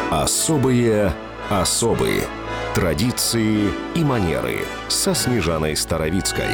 Особые особы. Традиции и манеры со Снежаной Старовицкой.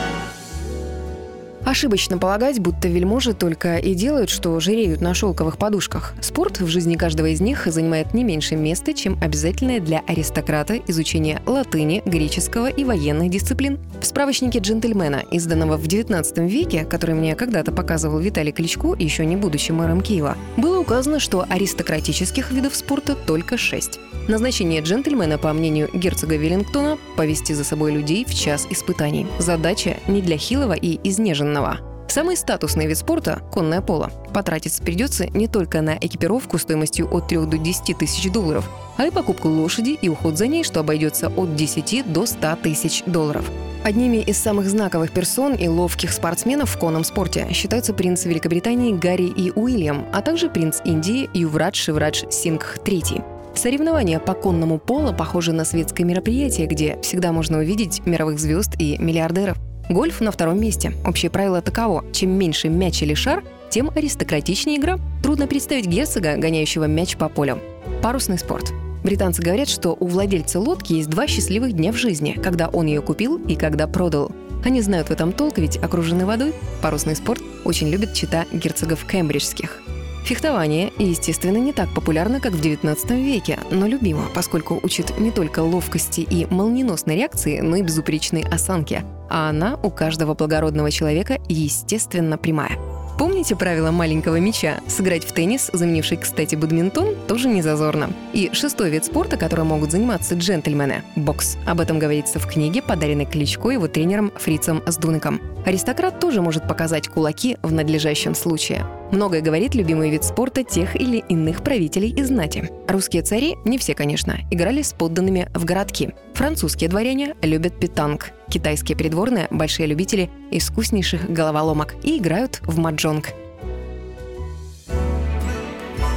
Ошибочно полагать, будто вельможи только и делают, что жиреют на шелковых подушках. Спорт в жизни каждого из них занимает не меньше места, чем обязательное для аристократа изучение латыни, греческого и военных дисциплин. В справочнике джентльмена, изданного в XIX веке, который мне когда-то показывал Виталий Кличко, еще не будучи мэром Киева, было указано, что аристократических видов спорта только 6. Назначение джентльмена, по мнению герцога Веллингтона, повести за собой людей в час испытаний. Задача не для хилого и изнеженного. Самый статусный вид спорта – конное поло. Потратиться придется не только на экипировку стоимостью от 3 до 10 тысяч долларов, а и покупку лошади и уход за ней, что обойдется от 10 до 100 тысяч долларов. Одними из самых знаковых персон и ловких спортсменов в конном спорте считаются принц Великобритании Гарри и Уильям, а также принц Индии Юврадж Шиврадж Сингх III. Соревнования по конному поло похожи на светское мероприятие, где всегда можно увидеть мировых звезд и миллиардеров. Гольф на втором месте. Общее правило таково: чем меньше мяч или шар, тем аристократичнее игра. Трудно представить герцога, гоняющего мяч по полю. Парусный спорт. Британцы говорят, что у владельца лодки есть 2 счастливых дня в жизни, когда он ее купил и когда продал. Они знают в этом толк, ведь окружены водой. Парусный спорт очень любят чета герцогов кембриджских. Фехтование, естественно, не так популярно, как в XIX веке, но любимо, поскольку учит не только ловкости и молниеносной реакции, но и безупречной осанки. А она у каждого благородного человека, естественно, прямая. Помните правило маленького мяча? Сыграть в теннис, заменивший, кстати, бадминтон, тоже не зазорно. И 6-й вид спорта, которым могут заниматься джентльмены – бокс. Об этом говорится в книге, подаренной Кличко его тренером Фрицем Сдунеком. Аристократ тоже может показать кулаки в надлежащем случае. Многое говорит любимый вид спорта тех или иных правителей и знати. Русские цари, не все, конечно, играли с подданными в городки. Французские дворяне любят петанг. Китайские придворные – большие любители искуснейших головоломок и играют в маджонг.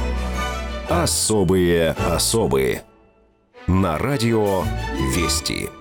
Особые особы. На радио Вести.